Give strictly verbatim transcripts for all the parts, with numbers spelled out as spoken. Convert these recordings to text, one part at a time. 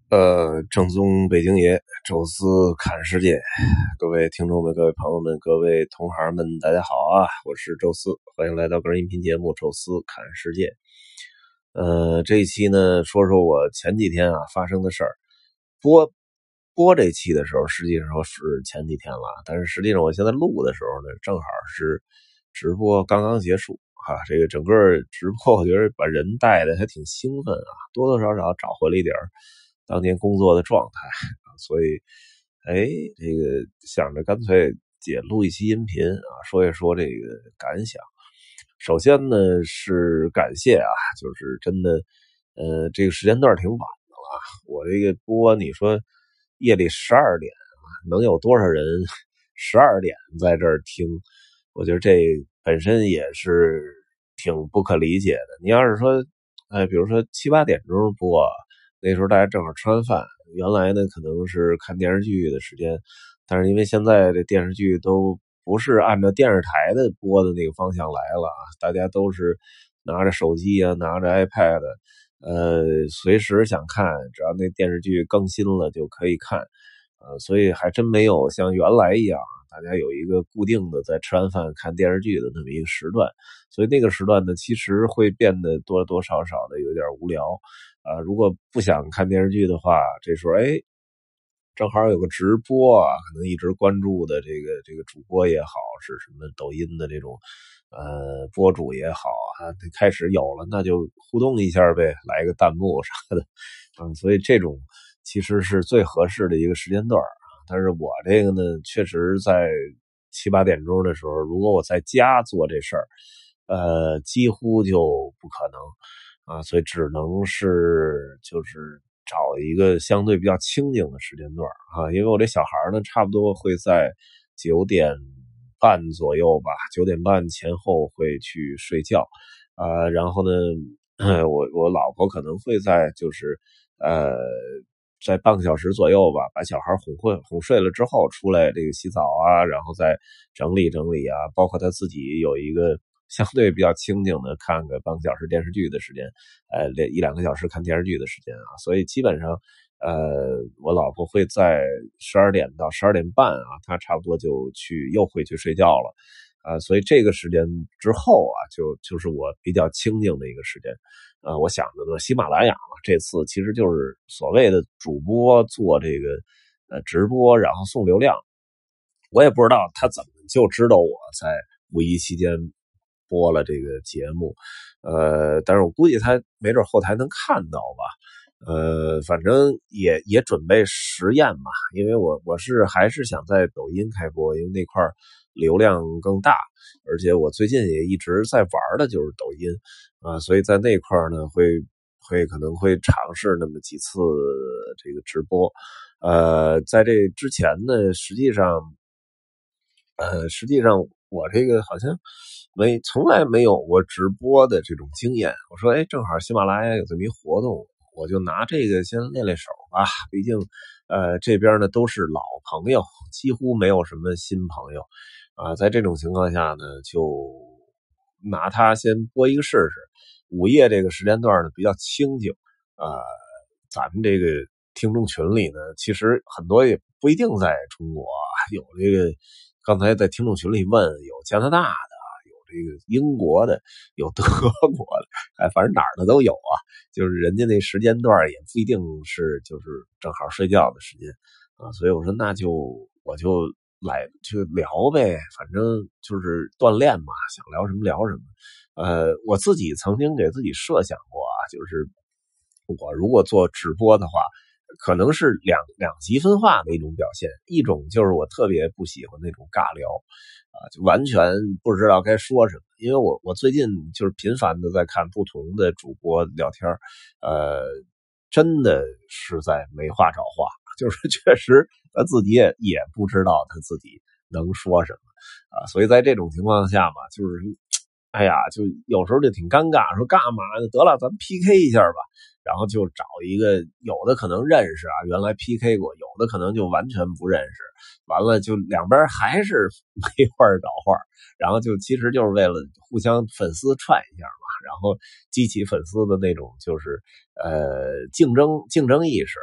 呃，正宗北京爷，宙斯侃世界，各位听众们、各位朋友们、各位同行们，大家好啊！我是宙斯，欢迎来到个人音频节目《宙斯侃世界》。呃，这一期呢，说说我前几天啊发生的事儿。播播这期的时候，实际上是前几天了，但是实际上我现在录的时候呢，正好是直播刚刚结束啊。这个整个直播，我觉得把人带的还挺兴奋啊，多多少少找回了一点当年工作的状态啊，所以，哎，这个想着干脆也录一期音频啊，说一说这个感想。首先呢是感谢啊，就是真的，呃，这个时间段挺晚的了，我这个播你说夜里十二点啊，能有多少人十二点在这儿听？我觉得这本身也是挺不可理解的。你要是说，哎，比如说七八点钟播。那时候大家正好吃完饭，原来呢可能是看电视剧的时间，但是因为现在这电视剧都不是按照电视台的播的那个方向来了啊，大家都是拿着手机啊，拿着 iPad， 呃，随时想看，只要那电视剧更新了就可以看，呃，所以还真没有像原来一样，大家有一个固定的在吃完饭看电视剧的那么一个时段，所以那个时段呢，其实会变得多多少少的有点无聊。啊，如果不想看电视剧的话，这时候哎，正好有个直播啊，可能一直关注的这个这个主播也好，是什么抖音的这种呃博主也好啊，开始有了，那就互动一下呗，来个弹幕啥的，嗯，所以这种其实是最合适的一个时间段啊。但是我这个呢，确实在七八点钟的时候，如果我在家做这事儿，呃，几乎就不可能。啊，所以只能是就是找一个相对比较清静的时间段啊，因为我这小孩呢，差不多会在九点半左右吧，九点半前后会去睡觉，啊，然后呢，我我老婆可能会在就是呃，在半个小时左右吧，把小孩哄会哄睡了之后出来这个洗澡啊，然后再整理整理啊，包括他自己有一个相对比较清静的看个半个小时电视剧的时间，呃，一两个小时看电视剧的时间啊，所以基本上，呃，我老婆会在十二点到十二点半啊，她差不多就去又会去睡觉了，啊、呃，所以这个时间之后啊，就就是我比较清静的一个时间，呃，我想着呢，喜马拉雅嘛，这次其实就是所谓的主播做这个呃直播，然后送流量，我也不知道他怎么就知道我在五一期间播了这个节目，呃，但是我估计他没准后台能看到吧，呃，反正也也准备实验嘛，因为我我是还是想在抖音开播，因为那块流量更大，而且我最近也一直在玩的就是抖音啊、呃，所以在那块呢会会可能会尝试那么几次这个直播，呃，在这之前呢，实际上。呃，实际上我这个好像没从来没有过直播的这种经验。我说，哎，正好喜马拉雅有这么一活动，我就拿这个先练练手吧。毕竟，呃，这边呢都是老朋友，几乎没有什么新朋友啊、呃。在这种情况下呢，就拿它先播一个试试。午夜这个时间段呢比较清静，呃，咱们这个听众群里呢，其实很多也不一定在中国，有这个。刚才在听众群里问，有加拿大的，有这个英国的，有德国的，哎，反正哪儿的都有啊。就是人家那时间段也不一定是就是正好睡觉的时间啊，所以我说那就我就来就聊呗，反正就是锻炼嘛，想聊什么聊什么。呃，我自己曾经给自己设想过啊，就是我如果做直播的话。可能是两两极分化的一种表现，一种就是我特别不喜欢那种尬聊，啊，就完全不知道该说什么。因为我我最近就是频繁的在看不同的主播聊天，呃，真的是在没话找话，就是确实他自己也也不知道他自己能说什么啊，所以在这种情况下嘛，就是。哎呀，就有时候就挺尴尬，说干嘛呢？得了，咱们 P K 一下吧。然后就找一个，有的可能认识啊，原来 P K 过，有的可能就完全不认识。完了就两边还是没话找话，然后就其实就是为了互相粉丝串一下嘛，然后激起粉丝的那种就是呃竞争竞争意识啊，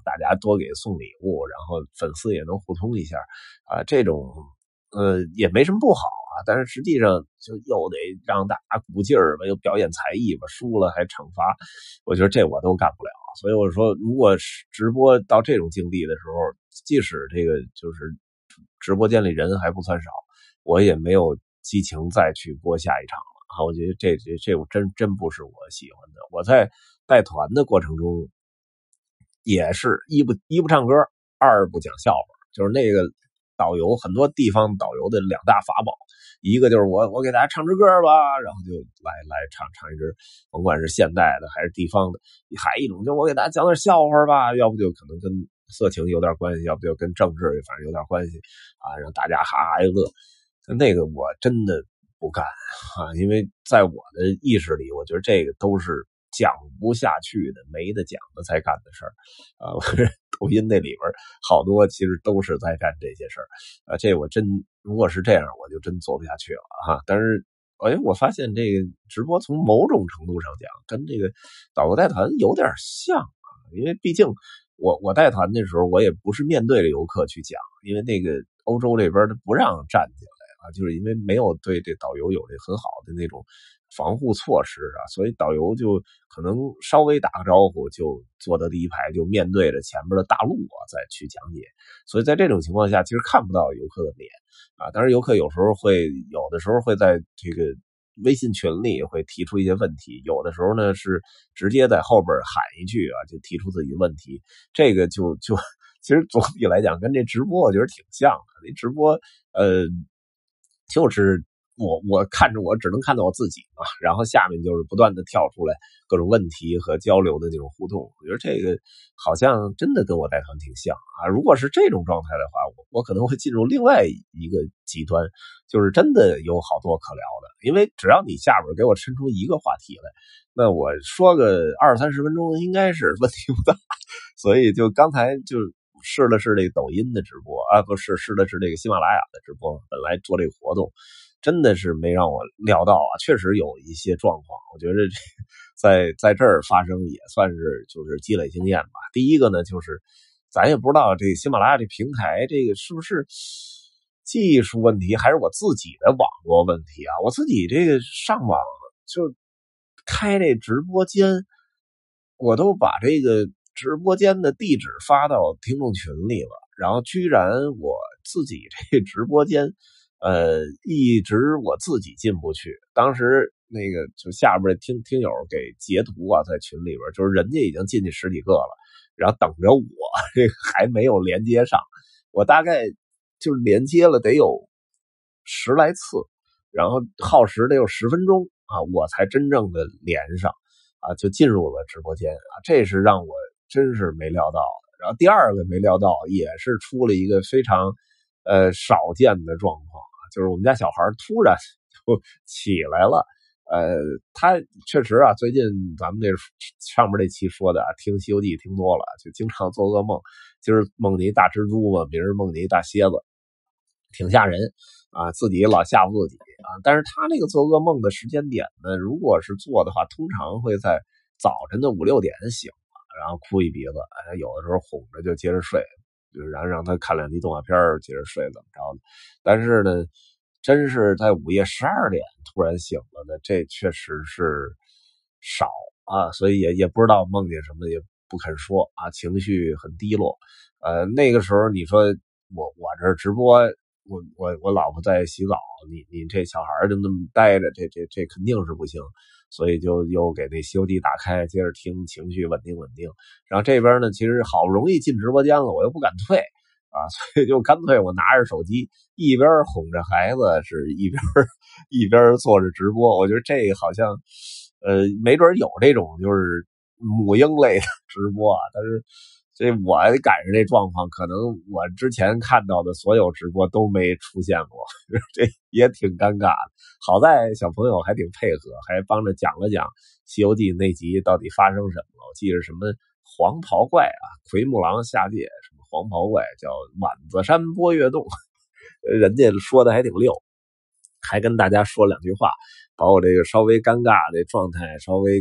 大家多给送礼物，然后粉丝也能互通一下啊，这种呃也没什么不好啊，但是实际上就又得让大家鼓劲儿吧，又表演才艺吧，输了还惩罚，我觉得这我都干不了。所以我说，如果是直播到这种境地的时候，即使这个就是直播间里人还不算少，我也没有激情再去播下一场了啊！我觉得这这这我真真不是我喜欢的。我在带团的过程中，也是一不一不唱歌，二不讲笑话，就是那个导游很多地方导游的两大法宝，一个就是我我给大家唱支歌吧，然后就来来唱唱一支，甭管是现代的还是地方的，还一种就是我给大家讲点笑话吧，要不就可能跟色情有点关系，要不就跟政治反正有点关系啊，让大家哈哈一乐。那个我真的不干啊，因为在我的意识里，我觉得这个都是讲不下去的，没得讲的才干的事儿啊。抖音那里边好多其实都是在干这些事儿啊，这我真如果是这样，我就真做不下去了哈。但是哎，我发现这个直播从某种程度上讲，跟这个导游带团有点像啊，因为毕竟我我带团的时候，我也不是面对着游客去讲，因为那个欧洲这边他不让站进来啊，就是因为没有对这导游有这很好的那种防护措施啊，所以导游就可能稍微打个招呼就坐到第一排，就面对着前面的大路啊再去讲解。所以在这种情况下，其实看不到游客的脸啊。当然，游客有时候会有的时候会在这个微信群里会提出一些问题，有的时候呢是直接在后边喊一句啊，就提出自己的问题。这个就就其实总体来讲跟这直播我觉得挺像的。那直播呃就是我我看着我只能看到我自己嘛，然后下面就是不断的跳出来各种问题和交流的那种互动。我觉得这个好像真的跟我带团挺像啊。如果是这种状态的话，我我可能会进入另外一个极端，就是真的有好多可聊的。因为只要你下边给我伸出一个话题来，那我说个二三十分钟应该是问题不大。所以就刚才就试了试这个抖音的直播啊，不是试的是这个喜马拉雅的直播，本来做这个活动真的是没让我料到啊，确实有一些状况。我觉得这在在这儿发生也算是就是积累经验吧。第一个呢，就是咱也不知道这个喜马拉雅这平台这个是不是技术问题，还是我自己的网络问题啊？我自己这个上网就开这直播间，我都把这个直播间的地址发到听众群里了，然后居然我自己这直播间呃，一直我自己进不去。当时那个就下边听听友给截图啊，在群里边，就是人家已经进去十几个了，然后等着我，这个还没有连接上。我大概就是连接了得有十来次，然后耗时得有十分钟啊，我才真正的连上啊，就进入了直播间啊，这是让我真是没料到的。然后第二个没料到，也是出了一个非常呃少见的状况啊，就是我们家小孩突然就起来了。呃，他确实啊，最近咱们这上面这期说的啊，听《西游记》听多了，就经常做噩梦。今儿梦见一大蜘蛛嘛，明儿梦见一大蝎子，挺吓人啊，自己老吓唬自己啊。但是他那个做噩梦的时间点呢，如果是做的话，通常会在早晨的五六点醒了，然后哭一鼻子，有的时候哄着就接着睡，就然后让他看两集动画片接着睡怎么着的。但是呢，真是在午夜十二点突然醒了的，这确实是少啊，所以也也不知道梦见什么，也不肯说啊，情绪很低落。呃，那个时候你说我我这直播，我我我老婆在洗澡，你你这小孩就那么待着，这这这肯定是不行，所以就又给那《西游记》打开，接着听，情绪稳定稳定。然后这边呢，其实好不容易进直播间了，我又不敢退啊，所以就干脆我拿着手机一边哄着孩子，是一边一边做着直播。我觉得这个好像呃没准有这种就是母婴类的直播啊，但是这我赶上这状况，可能我之前看到的所有直播都没出现过，这也挺尴尬的。好在小朋友还挺配合，还帮着讲了讲《西游记》那集到底发生什么了。我记得什么黄袍怪啊，奎木狼下界，什么黄袍怪叫碗子山波月洞，人家说的还挺溜，还跟大家说两句话，把我这个稍微尴尬的状态稍微给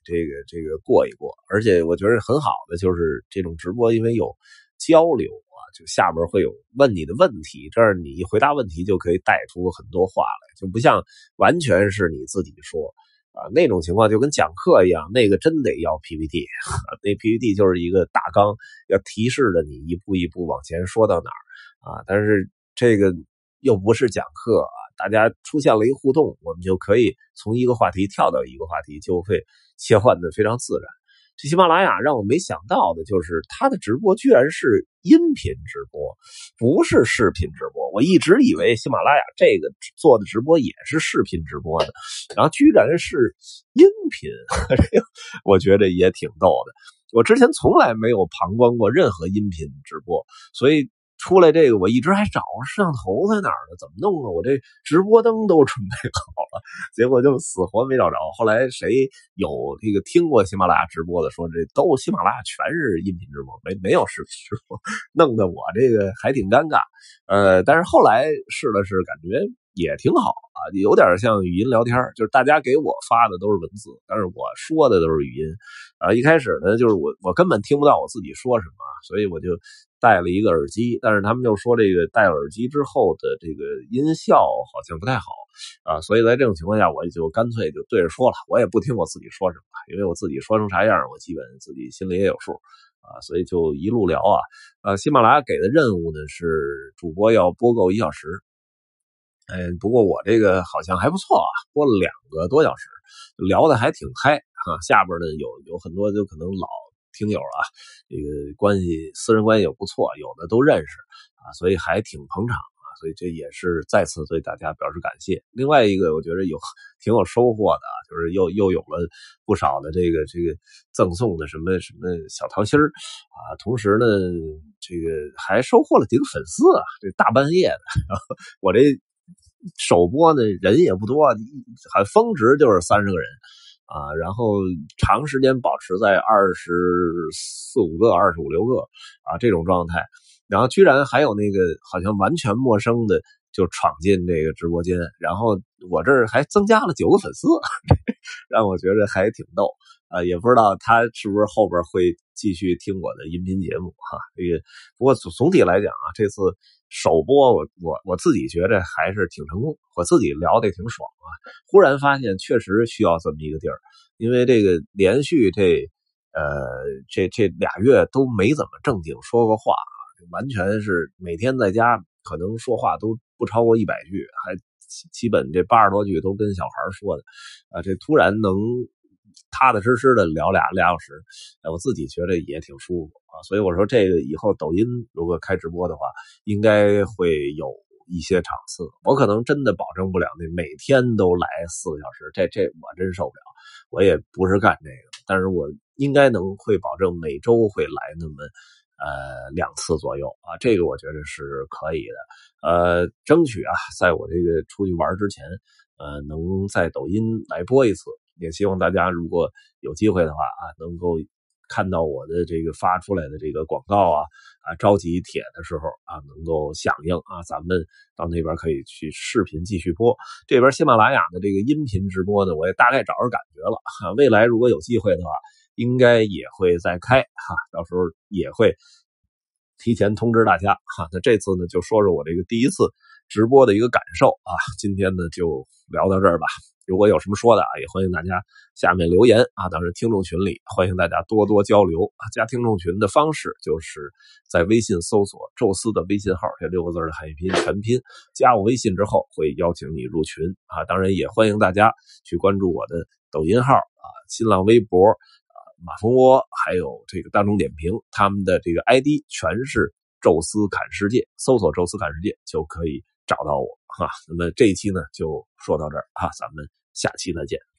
这个这个过一过。而且我觉得很好的就是这种直播，因为有交流啊，就下边会有问你的问题，这样你一回答问题就可以带出很多话来，就不像完全是你自己说啊，那种情况就跟讲课一样，那个真得要 P P T， 那 P P T 就是一个大纲，要提示着你一步一步往前说到哪儿啊。但是这个又不是讲课啊，大家出现了一个互动，我们就可以从一个话题跳到一个话题，就会切换的非常自然。这喜马拉雅让我没想到的就是它的直播居然是音频直播，不是视频直播。我一直以为喜马拉雅这个做的直播也是视频直播的，然后居然是音频，我觉得也挺逗的。我之前从来没有旁观过任何音频直播，所以出来这个我一直还找摄像头在哪儿呢？怎么弄啊？我这直播灯都准备好了，结果就死活没找着。后来谁有这个听过喜马拉雅直播的说，这都喜马拉雅全是音频直播，没没有视频直播，弄得我这个还挺尴尬。呃，但是后来试了试，感觉也挺好啊，有点像语音聊天，就是大家给我发的都是文字，但是我说的都是语音。啊，一开始呢，就是我我根本听不到我自己说什么，所以我就戴了一个耳机，但是他们就说这个戴耳机之后的这个音效好像不太好啊，所以在这种情况下，我就干脆就对着说了，我也不听我自己说什么，因为我自己说成啥样，我基本自己心里也有数啊，所以就一路聊啊。呃，喜马拉雅给的任务呢是主播要播够一小时。嗯，不过我这个好像还不错啊，播了两个多小时，聊得还挺嗨啊。下边呢有有很多就可能老听友啊，这个关系私人关系也不错，有的都认识啊，所以还挺捧场啊。所以这也是再次对大家表示感谢。另外一个我觉得有挺有收获的啊，就是又又有了不少的这个这个赠送的什么什么小桃心儿啊，同时呢，这个还收获了几个粉丝啊，这大半夜的，然后我这。首播呢人也不多，还峰值就是三十个人啊，然后长时间保持在二十四五个、二十五六个啊这种状态，然后居然还有那个好像完全陌生的就闯进这个直播间，然后我这儿还增加了九个粉丝，让我觉得还挺逗啊，也不知道他是不是后边会继续听我的音频节目哈。这个不过总体来讲啊，这次首播我我我自己觉得还是挺成功，我自己聊得也挺爽啊。忽然发现确实需要这么一个地儿，因为这个连续这呃这这俩月都没怎么正经说过话，完全是每天在家可能说话都不超过一百句，还基本这八十多句都跟小孩说的啊。这突然能踏踏实实的聊俩俩小时，我自己觉得也挺舒服啊。所以我说这个以后抖音如果开直播的话，应该会有一些场次，我可能真的保证不了那每天都来四个小时，这这我真受不了，我也不是干这个，但是我应该能会保证每周会来那么呃两次左右啊，这个我觉得是可以的，呃，争取啊，在我这个出去玩之前，呃，能在抖音来播一次，也希望大家如果有机会的话啊，能够看到我的这个发出来的这个广告啊啊召集帖的时候啊，能够响应啊，咱们到那边可以去视频继续播。这边喜马拉雅的这个音频直播呢，我也大概找着感觉了哈，未来如果有机会的话，应该也会再开哈，到时候也会提前通知大家哈。那这次呢，就说说我这个第一次直播的一个感受啊。今天呢就聊到这儿吧。如果有什么说的啊，也欢迎大家下面留言啊。当然，听众群里欢迎大家多多交流啊。加听众群的方式就是在微信搜索“宙斯”的微信号，这六个字的汉语拼音全拼，加我微信之后会邀请你入群啊。当然，也欢迎大家去关注我的抖音号啊、新浪微博啊、马蜂窝，还有这个大众点评，他们的这个 I D 全是宙斯侃世界，搜索宙斯侃世界就可以找到我哈。那么这一期呢就说到这儿啊，咱们下期再见。